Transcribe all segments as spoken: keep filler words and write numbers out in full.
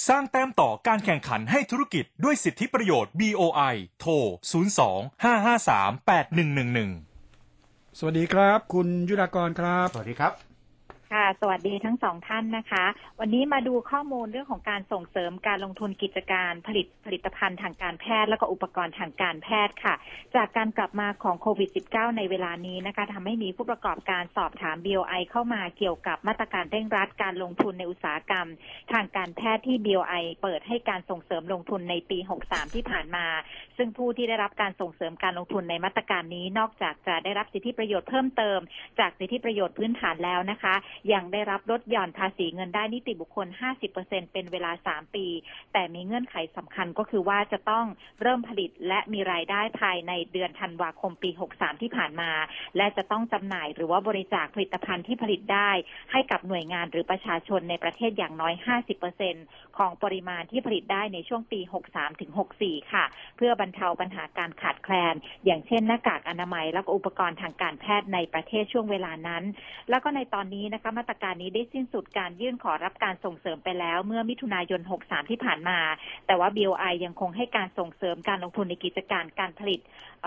สร้างแต้มต่อการแข่งขันให้ธุรกิจด้วยสิทธิประโยชน์ บี โอ ไอ โทร ศูนย์ สอง ห้า ห้า สาม แปด หนึ่ง หนึ่ง หนึ่งสวัสดีครับคุณยุทธากรครับสวัสดีครับค่ะสวัสดีทั้งสองท่านนะคะวันนี้มาดูข้อมูลเรื่องของการส่งเสริมการลงทุนกิจการผลิตผลิตภัณฑ์ทางการแพทย์และก็อุปกรณ์ทางการแพทย์ค่ะจากการกลับมาของโควิด สิบเก้า ในเวลานี้นะคะทำให้มีผู้ประกอบการสอบถาม บี โอ ไอ เข้ามาเกี่ยวกับมาตรการเร่งรัดการลงทุนในอุตสาหกรรมทางการแพทย์ที่ บี โอ ไอ เปิดให้การส่งเสริมลงทุนในปี หกสาม ที่ผ่านมาซึ่งผู้ที่ได้รับการส่งเสริมการลงทุนในมาตรการนี้นอกจากจะได้รับสิทธิประโยชน์เพิ่มเติมจากสิทธิประโยชน์พื้นฐานแล้วนะคะยังได้รับลดหย่อนภาษีเงินได้นิติบุคคล ห้าสิบเปอร์เซ็นต์ เป็นเวลาสามปีแต่มีเงื่อนไขสำคัญก็คือว่าจะต้องเริ่มผลิตและมีรายได้ภายในเดือนธันวาคมปี หกสาม ที่ผ่านมาและจะต้องจำหน่ายหรือว่าบริจาคผลิตภัณฑ์ที่ผลิตได้ให้กับหน่วยงานหรือประชาชนในประเทศอย่างน้อย ห้าสิบเปอร์เซ็นต์ ของปริมาณที่ผลิตได้ในช่วงปี หกสามถึงหกสี่ ค่ะเพื่อบรรเทาปัญหาการขาดแคลนอย่างเช่นหน้ากากอนามัยและก็อุปกรณ์ทางการแพทย์ในประเทศช่วงเวลานั้นแล้วก็ในตอนนี้นะคะมาตรการนี้ได้สิ้นสุดการยื่นขอรับการส่งเสริมไปแล้วเมื่อมิถุนายน หกสาม ที่ผ่านมาแต่ว่า บี โอ ไอ ยังคงให้การส่งเสริมการลงทุนในกิจการการผลิต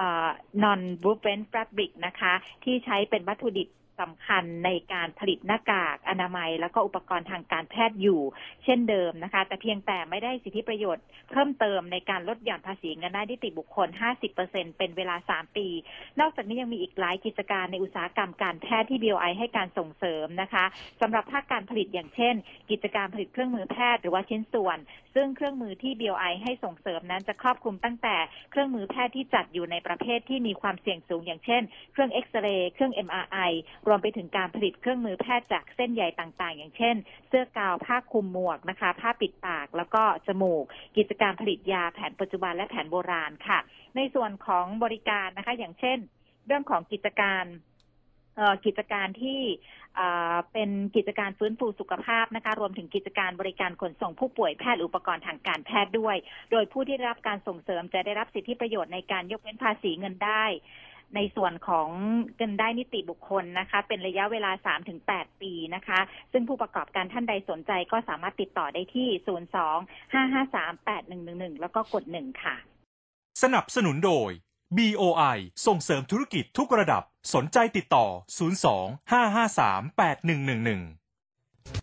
non-woven fabric นะคะที่ใช้เป็นวัตถุดิบสำคัญในการผลิตหน้ากากอนามัยแล้วก็อุปกรณ์ทางการแพทย์อยู่เช่นเดิมนะคะแต่เพียงแต่ไม่ได้สิทธิประโยชน์เพิ่มเติมในการลดหย่อนภาษีเงินได้นิติบุคคล ห้าสิบเปอร์เซ็นต์ เป็นเวลาสามปีนอกจากนี้ยังมีอีกหลายกิจการในอุตสาหกรรมการแพทย์ที่ บี โอ ไอ ให้การส่งเสริมนะคะสำหรับภาคการผลิตอย่างเช่นกิจการผลิตเครื่องมือแพทย์หรือว่าชิ้นส่วนซึ่งเครื่องมือที่ บี โอ ไอ ให้ส่งเสริมนั้นจะครอบคลุมตั้งแต่เครื่องมือแพทย์ที่จัดอยู่ในประเภทที่มีความเสี่ยงสูงอย่างเช่นเครื่องเอ็กซเรย์เครื่อง เอ็ม อาร์ ไอ รวมไปถึงการผลิตเครื่องมือแพทย์จากเส้นใยต่างๆอย่างเช่นเสื้อกาวผ้าคลุมหมวกนะคะผ้าปิดปากแล้วก็จมูกกิจการผลิตยาแผนปัจจุบันและแผนโบราณค่ะในส่วนของบริการนะคะอย่างเช่นเรื่องของกิจการกิจการที่เป็นกิจการฟื้นฟูสุขภาพนะคะรวมถึงกิจการบริการขนส่งผู้ป่วยแพทย์อุปกรณ์ทางการแพทย์ด้วยโดยผู้ที่ได้รับการส่งเสริมจะได้รับสิทธิประโยชน์ในการยกเว้นภาษีเงินได้ในส่วนของเงินได้นิติบุคคลนะคะเป็นระยะเวลา สามถึงแปด ปีนะคะซึ่งผู้ประกอบการท่านใดสนใจก็สามารถติดต่อได้ที่ ศูนย์ สอง ห้า ห้า สาม แปด หนึ่ง หนึ่ง หนึ่ง แล้วก็กดหนึ่งค่ะสนับสนุนโดย บี โอ ไอ ส่งเสริมธุรกิจทุกระดับสนใจติดต่อ ศูนย์ สอง ห้า ห้า สาม แปด หนึ่ง หนึ่ง หนึ่ง